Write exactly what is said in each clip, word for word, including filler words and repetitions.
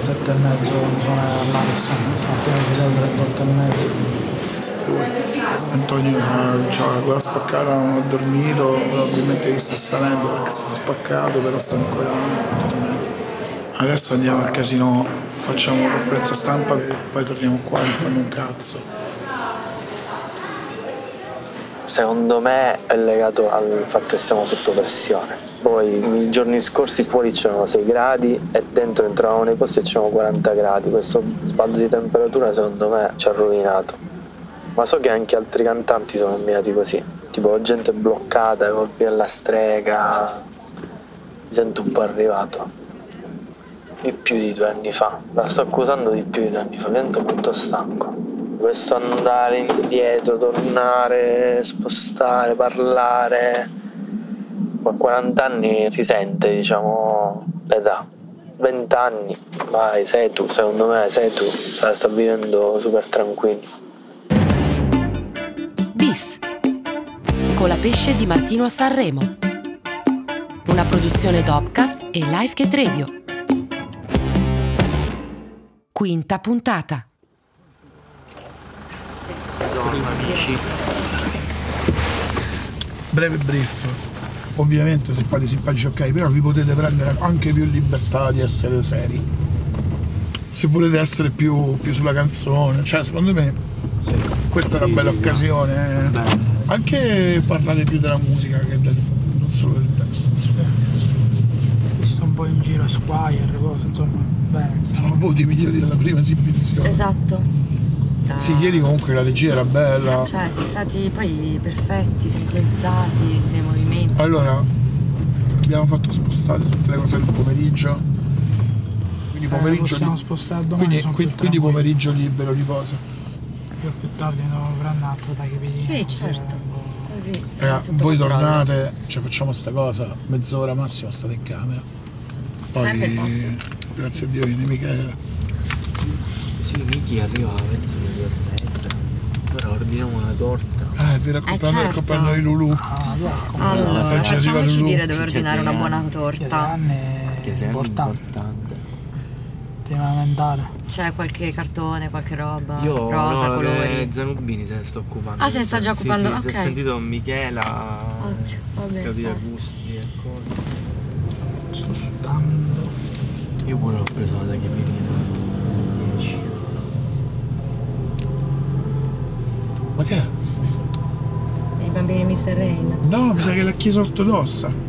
trentasette e mezzo zona Madison, stamattina girato trentotto e mezzo. Lui, Antonio, c'ha la gola spaccata, non ho dormito, probabilmente gli sta salendo perché si è spaccato, però sta ancora. Adesso andiamo al casino, facciamo conferenza stampa e poi torniamo qua e fanno un cazzo. Secondo me è legato al fatto che siamo sotto pressione. Poi nei giorni scorsi fuori c'erano sei gradi e dentro entravamo nei posti e c'erano quaranta gradi. Questo sbalzo di temperatura secondo me ci ha rovinato. Ma so che anche altri cantanti sono ammirati così. Tipo gente bloccata, colpi alla strega. Mi sento un po' arrivato. Di più di due anni fa. La sto accusando di più di due anni fa, mi sento molto stanco. Questo andare indietro, tornare, spostare, parlare. A quaranta anni si sente, diciamo, l'età. venti anni, vai, sei tu, secondo me sei tu, sta, sta vivendo super tranquillo. Bis, Colapesce di Martino a Sanremo. Una produzione Topcast e Lifegate Radio. Quinta puntata. Sono amici. Breve brief. Ovviamente se fate simpatici ok, però vi potete prendere anche più libertà di essere seri. Se volete essere più, più sulla canzone, cioè secondo me sì, questa sì, è una bella occasione. Eh. Anche parlare più della musica che del, non solo del testo, insomma. Visto un po' in giro Squire, cose, insomma, bene. Siamo voti migliori della prima esibizione. Esatto. Sì, ieri comunque la regia era bella. Cioè, siete stati poi perfetti, sincronizzati nei movimenti. Allora, abbiamo fatto spostare tutte le cose del pomeriggio. Quindi eh, pomeriggio possiamo li... spostare domani. Quindi, quindi, quindi pomeriggio libero, riposo. Io più tardi devo prendere altro dai capelli. Sì, certo. Così. Eh, voi tornate, cioè facciamo sta cosa, mezz'ora massimo state in camera. Poi grazie a Dio viene Michele. Sì, Miki arriva a mezz'ora, ora ordiniamo una torta. Ah, è vero, il compleanno del compleanno di Lulu. Ah, allora, allora facciamoci dire dove ordinare una buona torta. Che è importante. Prima di andare. C'è qualche cartone, qualche roba? Io rosa, no, colori. Zanubini se ne sto occupando. Ah, se ne sta già occupando? Sì, sì, ok. Ho sentito con Michela. Ottimo, vabbè, Capire basta. gusti e cose. Sto sudando. Io pure ho preso la tachipirina. dieci. Ma che è? I bambini di mister Rain. No, mi sa che è la chiesa ortodossa.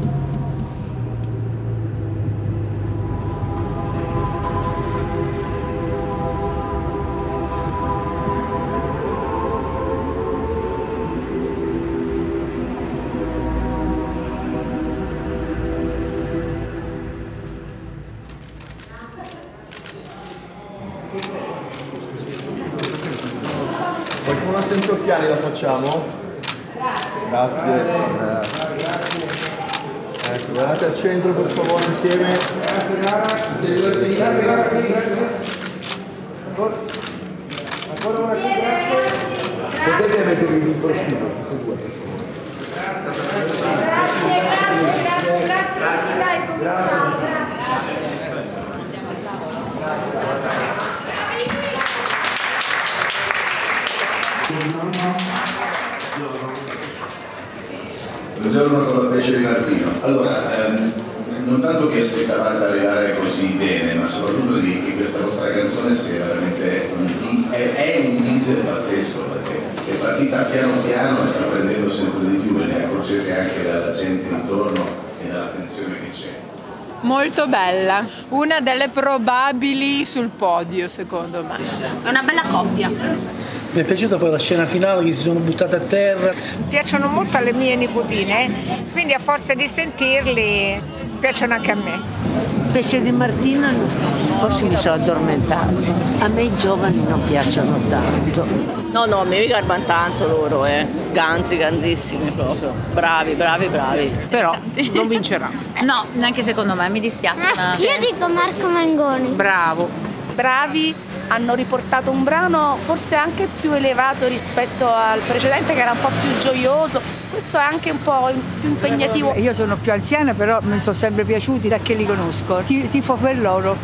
Qualcuno senza occhiali la facciamo? Grazie. Grazie. Ecco, guardate al centro per favore insieme. Ancora una grazie. Potete mettervi in profilo tutti e due. Grazie, grazie, grazie, grazie. Dai, cominciamo. Buongiorno con la pesce di Martino. Allora, ehm, non tanto che aspettavate di arrivare così bene, ma soprattutto di che questa vostra canzone sia veramente un di- è, è un diesel pazzesco, perché è partita piano piano e sta prendendo sempre di più, e ne accorgete anche dalla gente intorno e dall'attenzione che c'è. Molto bella, una delle probabili sul podio secondo me. È una bella coppia. Mi è piaciuta poi la scena finale che si sono buttate a terra. Piacciono molto alle mie nipotine, quindi a forza di sentirli piacciono anche a me. Pesce di Martino forse mi sono addormentato. A me i giovani non piacciono tanto. No, no, mi garbano tanto loro, eh. Ganzi, ganzissimi proprio. Bravi, bravi, bravi. Però non vincerà. No, neanche secondo me, mi dispiace. Ah, io dico Marco Mangoni. Bravo. Bravi, hanno riportato un brano forse anche più elevato rispetto al precedente che era un po' più gioioso. Questo è anche un po' più impegnativo. Io sono più anziana, però mi sono sempre piaciuti da che li conosco. Tifo per loro.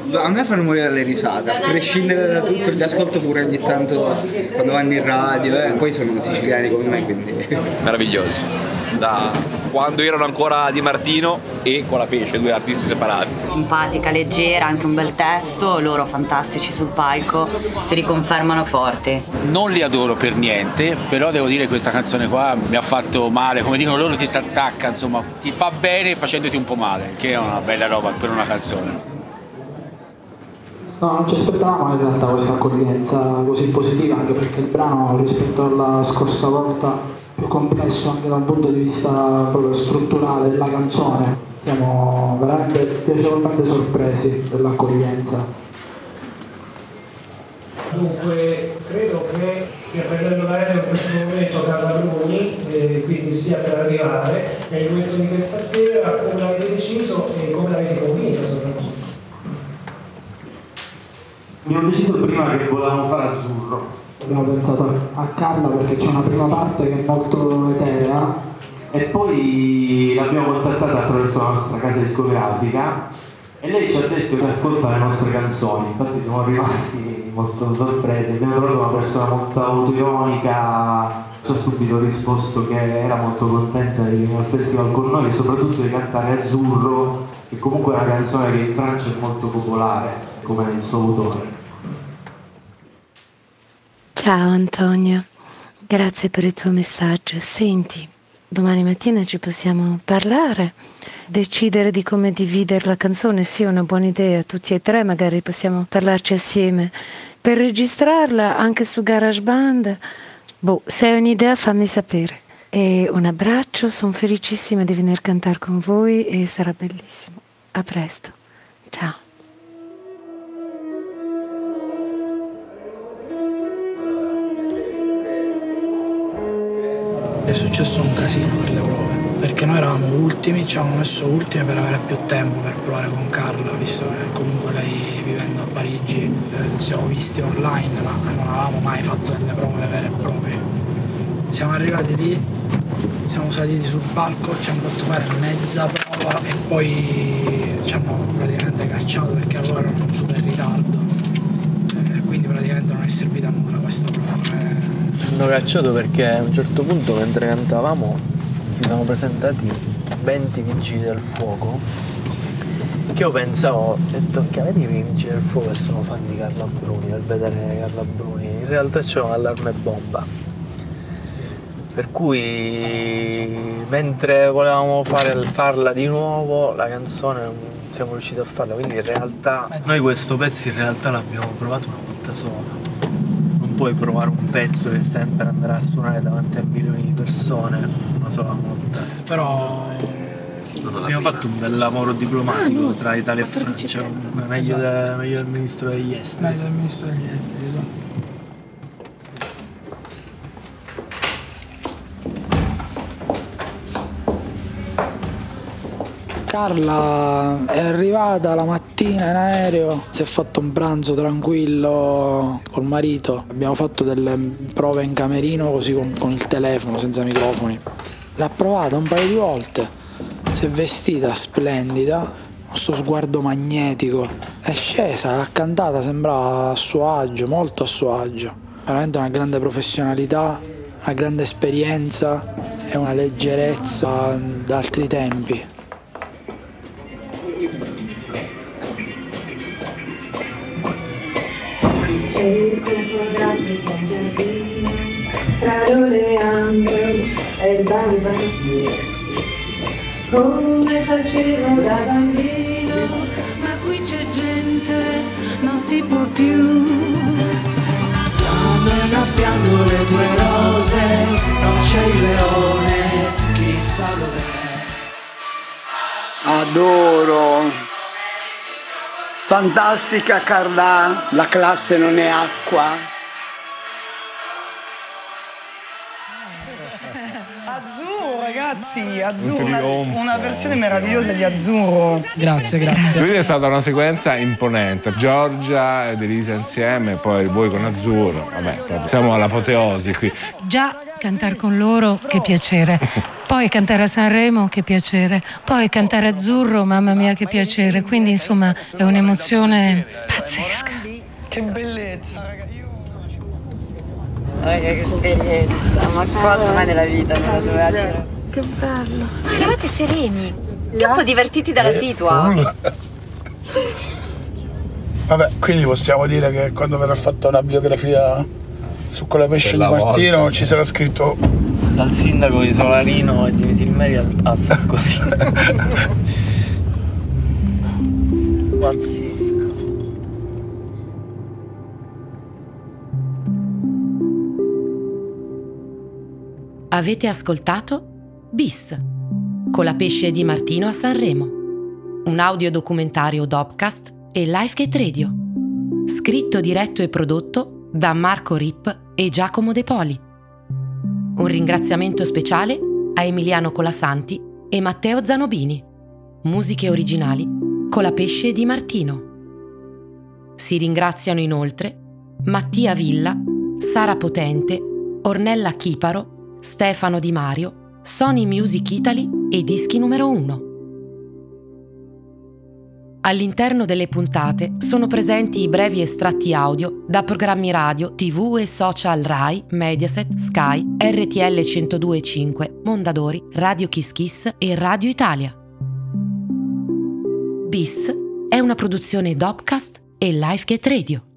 A me fanno morire dalle risate, a prescindere da tutto, li ascolto pure ogni tanto quando vanno in radio, eh. Poi sono siciliani come me, quindi... Meravigliosi, da quando erano ancora Di Martino e Colapesce, due artisti separati. Simpatica, leggera, anche un bel testo, loro fantastici sul palco, si riconfermano forti. Non li adoro per niente, però devo dire che questa canzone qua mi ha fatto male, come dicono loro ti si attacca, insomma, ti fa bene facendoti un po' male, che è una bella roba per una canzone. No, non ci aspettavamo in realtà questa accoglienza così positiva, anche perché il brano rispetto alla scorsa volta è più complesso anche dal punto di vista proprio strutturale della canzone. Siamo veramente piacevolmente sorpresi dell'accoglienza. Dunque, credo che stia prendendo l'aereo in questo momento Carla Bruni, e quindi stia per arrivare. È il momento di questa sera, come l'avete deciso e come l'avete convinto soprattutto? Abbiamo deciso prima che volevamo fare Azzurro. Abbiamo pensato a Carla perché c'è una prima parte che è molto eterea. E poi l'abbiamo contattata attraverso la nostra casa discografica e lei ci ha detto che ascolta le nostre canzoni, infatti siamo rimasti molto sorpresi. Abbiamo trovato una persona molto autoironica, ci ha subito risposto che era molto contenta di venire al festival con noi e soprattutto di cantare Azzurro, che comunque è una canzone che in Francia è molto popolare, come il suo autore. Ciao Antonio, grazie per il tuo messaggio. Senti, domani mattina ci possiamo parlare, decidere di come dividere la canzone, sì, è una buona idea, tutti e tre magari possiamo parlarci assieme. Per registrarla anche su GarageBand, boh, se hai un'idea fammi sapere. E un abbraccio, sono felicissima di venire a cantare con voi e sarà bellissimo. A presto, ciao. È successo un casino per le prove, perché noi eravamo ultimi, ci avevamo messo ultimi per avere più tempo per provare con Carla, visto che comunque lei vivendo a Parigi eh, ci siamo visti online, ma non avevamo mai fatto delle prove vere e proprie. Siamo arrivati lì, siamo saliti sul palco, ci hanno fatto fare mezza prova e poi ci hanno praticamente cacciato perché allora erano in super ritardo. E quindi praticamente non è servita a nulla questa prova. Eh, Hanno cacciato perché a un certo punto mentre cantavamo ci siamo presentati venti vigili del fuoco che io pensavo, ho detto che avete i vigili del fuoco che sono fan di Carla Bruni, per vedere Carla Bruni, in realtà c'era un allarme bomba, per cui mentre volevamo fare, farla di nuovo la canzone non siamo riusciti a farla, quindi in realtà noi questo pezzo in realtà l'abbiamo provato una volta sola. Puoi provare un pezzo che sempre andrà a suonare davanti a milioni di persone una sola volta. Però abbiamo fatto un bel lavoro diplomatico tra Italia e Francia, comunque meglio, de, meglio del ministro degli esteri. Meglio del ministro degli esteri, esatto. Carla è arrivata la mattina in aereo, si è fatto un pranzo tranquillo col marito, abbiamo fatto delle prove in camerino così con, con il telefono, senza microfoni. L'ha provata un paio di volte, si è vestita splendida, con sto sguardo magnetico, è scesa, l'ha cantata, sembrava a suo agio, molto a suo agio. Veramente una grande professionalità, una grande esperienza e una leggerezza d'altri tempi. C'è il confografico in giardino, tra l'oleandro e il bambino, come facevo da bambino, ma qui c'è gente, non si può più. Stanno innaffiando le tue rose, non c'è il leone, chissà dov'è. Adoro. Fantastica Carla, la classe non è acqua. Azzurro, ragazzi, azzurro, una, una versione meravigliosa di Azzurro. Grazie, grazie. Quindi è stata una sequenza imponente. Giorgia ed Elisa insieme, poi voi con Azzurro. Vabbè, proprio siamo all'apoteosi qui. Già cantare con loro, che piacere. Poi cantare a Sanremo, che piacere. Poi cantare Azzurro, mamma mia, che piacere. Quindi insomma è un'emozione pazzesca. Che bellezza, ragazzi. Raga, che esperienza, ma quando mai nella vita me lo doveva dire? Che bello. Eravate sereni, troppo divertiti dalla situa. Vabbè, quindi possiamo dire che quando verrà fatta una biografia su quella pesce di Martino volta ci sarà scritto dal sindaco di Solarino e di Misilmeri a Sarkozy. Guarda. Avete ascoltato Bis, con la pesce di Martino a Sanremo, un audiodocumentario Dopcast e Lifegate Radio, scritto, diretto e prodotto da Marco Ripp e Giacomo De Poli. Un ringraziamento speciale a Emiliano Colasanti e Matteo Zanobini, musiche originali con la pesce di Martino. Si ringraziano inoltre Mattia Villa, Sara Potente, Ornella Chiparo, Stefano Di Mario, Sony Music Italy e Dischi numero uno. All'interno delle puntate sono presenti i brevi estratti audio da programmi radio, tivù e social Rai, Mediaset, Sky, R T L centodue e cinque, Mondadori, Radio Kiss Kiss e Radio Italia. Bis è una produzione Dopcast e Lifegate Radio.